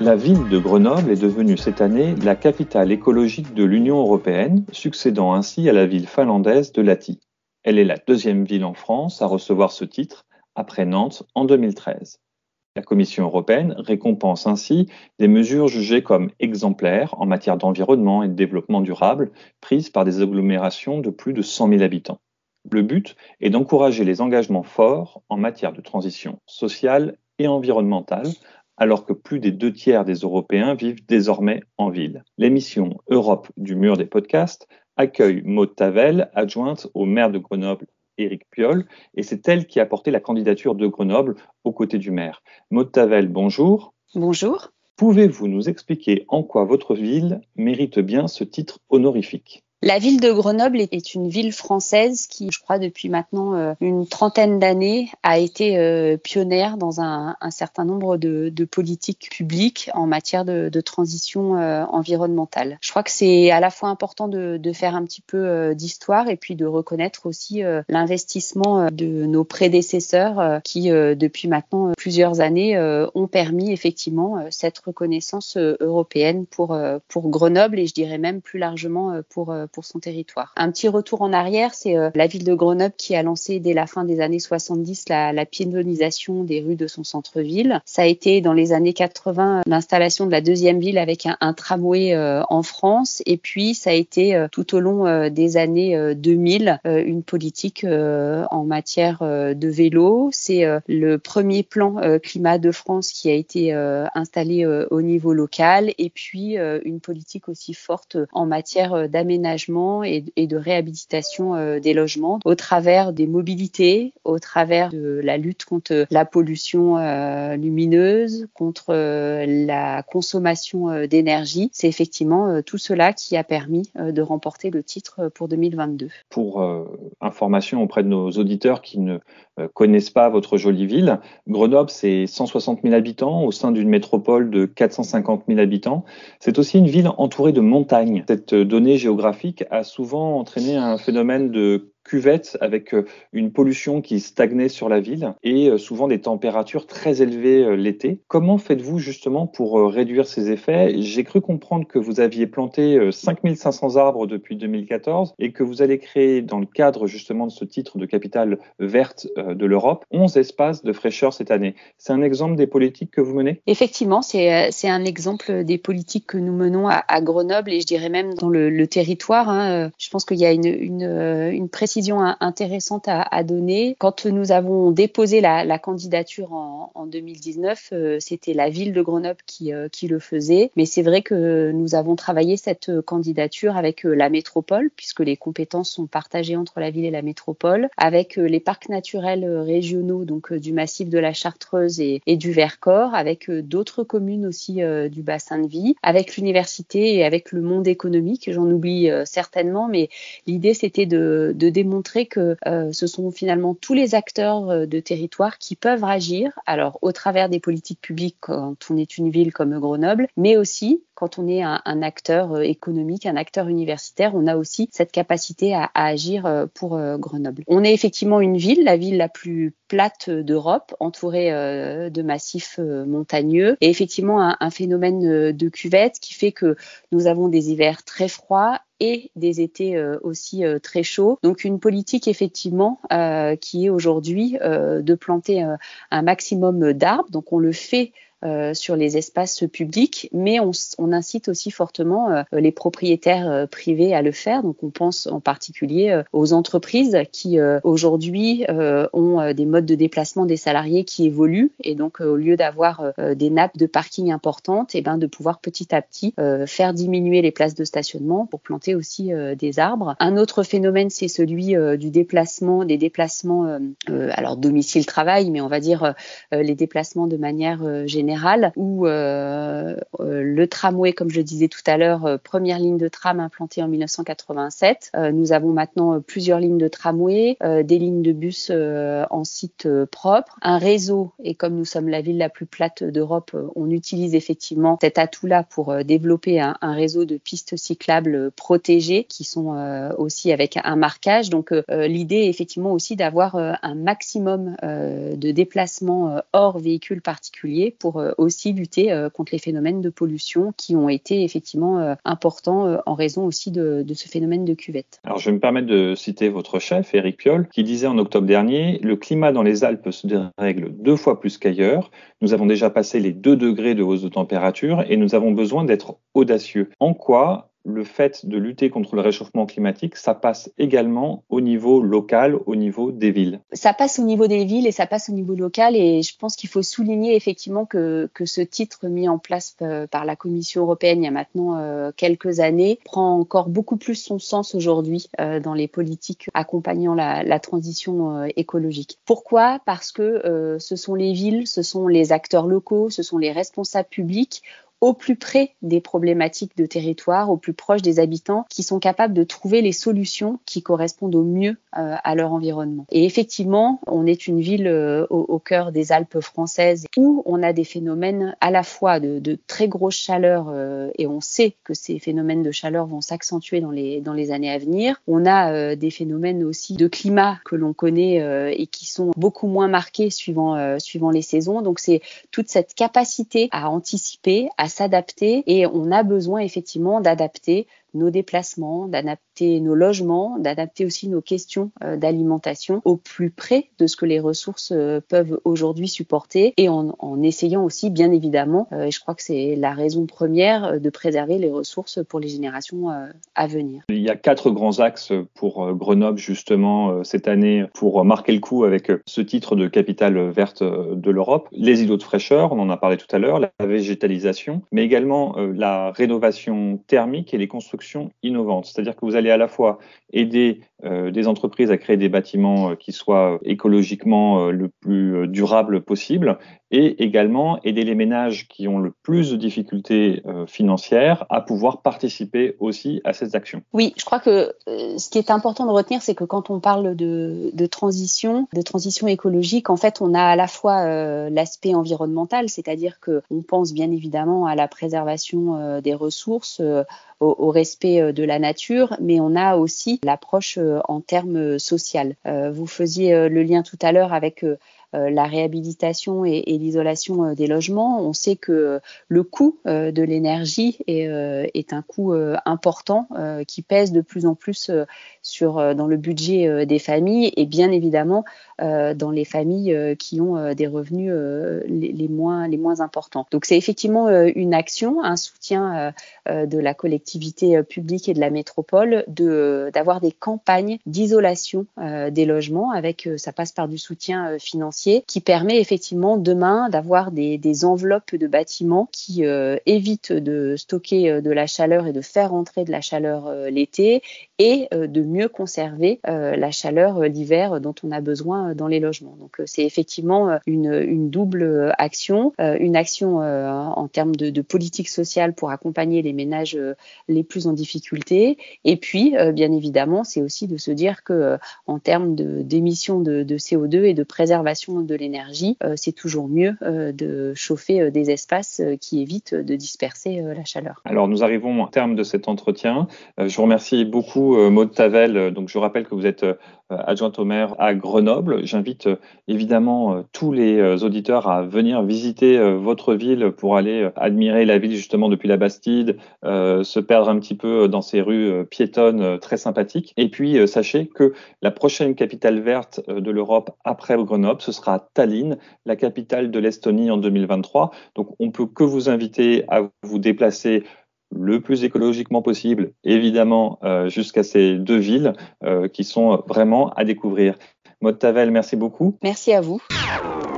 La ville de Grenoble est devenue cette année la capitale écologique de l'Union européenne, succédant ainsi à la ville finlandaise de Lahti. Elle est la deuxième ville en France à recevoir ce titre, après Nantes en 2013. La Commission européenne récompense ainsi des mesures jugées comme exemplaires en matière d'environnement et de développement durable, prises par des agglomérations de plus de 100 000 habitants. Le but est d'encourager les engagements forts en matière de transition sociale et environnementale, alors que plus des 2 tiers des Européens vivent désormais en ville. L'émission Europe du mur des podcasts accueille Maud Tavel, adjointe au maire de Grenoble, Éric Piolle, et c'est elle qui a porté la candidature de Grenoble aux côtés du maire. Maud Tavel, bonjour. Bonjour. Pouvez-vous nous expliquer en quoi votre ville mérite bien ce titre honorifique ? La ville de Grenoble est une ville française qui, je crois, depuis maintenant une trentaine d'années, a été pionnière dans un certain nombre de politiques publiques en matière de transition environnementale. Je crois que c'est à la fois important de faire un petit peu d'histoire et puis de reconnaître aussi l'investissement de nos prédécesseurs qui, depuis maintenant plusieurs années, ont permis effectivement cette reconnaissance européenne pour Grenoble et je dirais même plus largement pour son territoire. Un petit retour en arrière, c'est la ville de Grenoble qui a lancé dès la fin des années 70 la piétonisation des rues de son centre-ville. Ça a été dans les années 80 l'installation de la deuxième ville avec un tramway en France et puis ça a été tout au long des années 2000 une politique en matière de vélo. C'est le premier plan climat de France qui a été installé au niveau local et puis une politique aussi forte en matière d'aménagement et de réhabilitation des logements au travers des mobilités, au travers de la lutte contre la pollution lumineuse, contre la consommation d'énergie. C'est effectivement tout cela qui a permis de remporter le titre pour 2022. Pour information auprès de nos auditeurs qui ne connaissent pas votre jolie ville, Grenoble, c'est 160 000 habitants au sein d'une métropole de 450 000 habitants. C'est aussi une ville entourée de montagnes. Cette donnée géographique a souvent entraîné un phénomène de cuvette avec une pollution qui stagnait sur la ville et souvent des températures très élevées l'été. Comment faites-vous justement pour réduire ces effets ? J'ai cru comprendre que vous aviez planté 5500 arbres depuis 2014 et que vous allez créer dans le cadre justement de ce titre de capitale verte de l'Europe 11 espaces de fraîcheur cette année. C'est un exemple des politiques que vous menez ? Effectivement, c'est un exemple des politiques que nous menons à Grenoble et je dirais même dans le territoire. Je pense qu'il y a une précision intéressante à donner. Quand nous avons déposé la candidature en 2019, c'était la ville de Grenoble qui le faisait. Mais c'est vrai que nous avons travaillé cette candidature avec la métropole, puisque les compétences sont partagées entre la ville et la métropole, avec les parcs naturels régionaux, donc du massif de la Chartreuse et du Vercors, avec d'autres communes aussi du bassin de vie, avec l'université et avec le monde économique. J'en oublie certainement, mais l'idée c'était de démontrer que ce sont finalement tous les acteurs de territoire qui peuvent agir, alors au travers des politiques publiques quand on est une ville comme Grenoble, mais aussi quand on est un acteur économique, un acteur universitaire, on a aussi cette capacité à agir pour Grenoble. On est effectivement une ville, la ville la plus plate d'Europe, entourée de massifs montagneux, et effectivement un phénomène de cuvette qui fait que nous avons des hivers très froids et des étés aussi très chauds. Donc une politique effectivement qui est aujourd'hui de planter un maximum d'arbres. Donc on le fait sur les espaces publics, mais on incite aussi fortement les propriétaires privés à le faire. Donc on pense en particulier aux entreprises qui aujourd'hui ont des modes de déplacement des salariés qui évoluent et donc au lieu d'avoir des nappes de parking importantes, et de pouvoir petit à petit faire diminuer les places de stationnement pour planter aussi des arbres. Un autre phénomène, c'est celui des déplacements, alors domicile-travail, mais on va dire les déplacements de manière générale, où le tramway, comme je le disais tout à l'heure, première ligne de tram implantée en 1987. Nous avons maintenant plusieurs lignes de tramway, des lignes de bus en site propre, un réseau, et comme nous sommes la ville la plus plate d'Europe, on utilise effectivement cet atout-là pour développer un réseau de pistes cyclables protégées qui sont aussi avec un marquage. Donc l'idée est effectivement aussi d'avoir un maximum de déplacements hors véhicules particuliers pour aussi lutter contre les phénomènes de pollution qui ont été effectivement importants en raison aussi de ce phénomène de cuvette. Alors je vais me permettre de citer votre chef, Éric Piolle, qui disait en octobre dernier: le climat dans les Alpes se dérègle 2 fois plus qu'ailleurs. Nous avons déjà passé les 2 degrés de hausse de température et nous avons besoin d'être audacieux. En quoi le fait de lutter contre le réchauffement climatique, ça passe également au niveau local, au niveau des villes? Ça passe au niveau des villes et ça passe au niveau local, et je pense qu'il faut souligner effectivement que ce titre mis en place par la Commission européenne il y a maintenant quelques années prend encore beaucoup plus son sens aujourd'hui dans les politiques accompagnant la transition écologique. Pourquoi ? Parce que ce sont les villes, ce sont les acteurs locaux, ce sont les responsables publics au plus près des problématiques de territoire, au plus proche des habitants, qui sont capables de trouver les solutions qui correspondent au mieux à leur environnement. Et effectivement, on est une ville au cœur des Alpes françaises où on a des phénomènes à la fois de très grosse chaleur et on sait que ces phénomènes de chaleur vont s'accentuer dans les années à venir. On a des phénomènes aussi de climat que l'on connaît et qui sont beaucoup moins marqués suivant les saisons. Donc c'est toute cette capacité à anticiper, à s'adapter, et on a besoin effectivement d'adapter nos déplacements, d'adapter nos logements, d'adapter aussi nos questions d'alimentation au plus près de ce que les ressources peuvent aujourd'hui supporter, et en essayant aussi bien évidemment, et je crois que c'est la raison première, de préserver les ressources pour les générations à venir. Il y a 4 grands axes pour Grenoble justement cette année pour marquer le coup avec ce titre de capitale verte de l'Europe. Les îlots de fraîcheur, on en a parlé tout à l'heure, la végétalisation, mais également la rénovation thermique et les constructions innovantes. C'est-à-dire que vous allez à la fois aider des entreprises à créer des bâtiments qui soient écologiquement le plus durables possible, et également aider les ménages qui ont le plus de difficultés financières à pouvoir participer aussi à ces actions. Oui, je crois que ce qui est important de retenir, c'est que quand on parle de transition écologique, en fait, on a à la fois l'aspect environnemental, c'est-à-dire que on pense bien évidemment à la préservation des ressources, au respect de la nature, mais on a aussi l'approche en termes social. Vous faisiez le lien tout à l'heure avec la réhabilitation et l'isolation des logements. On sait que le coût de l'énergie est un coût important qui pèse de plus en plus dans le budget des familles, et bien évidemment dans les familles qui ont des revenus les moins importants. Donc c'est effectivement une action, un soutien de la collectivité publique et de la métropole d'avoir des campagnes d'isolation des logements, ça passe par du soutien financier qui permet effectivement demain d'avoir des enveloppes de bâtiments qui évitent de stocker de la chaleur et de faire entrer de la chaleur l'été, et de mieux conserver la chaleur l'hiver dont on a besoin dans les logements. Donc c'est effectivement une double action, une action en termes de politique sociale pour accompagner les ménages les plus en difficulté, et puis bien évidemment c'est aussi de se dire que en termes d'émissions de CO2 et de préservation de l'énergie, c'est toujours mieux de chauffer des espaces qui évitent de disperser la chaleur. Alors nous arrivons au terme de cet entretien. Je vous remercie beaucoup Maude Tavel. Donc je rappelle que vous êtes adjointe au maire à Grenoble. J'invite évidemment tous les auditeurs à venir visiter votre ville pour aller admirer la ville justement depuis la Bastide, se perdre un petit peu dans ces rues piétonnes très sympathiques. Et puis sachez que la prochaine capitale verte de l'Europe après Grenoble, ce sera Tallinn, la capitale de l'Estonie en 2023. Donc on peut que vous inviter à vous déplacer le plus écologiquement possible, évidemment, jusqu'à ces 2 villes qui sont vraiment à découvrir. Maude Tavel, merci beaucoup. Merci à vous.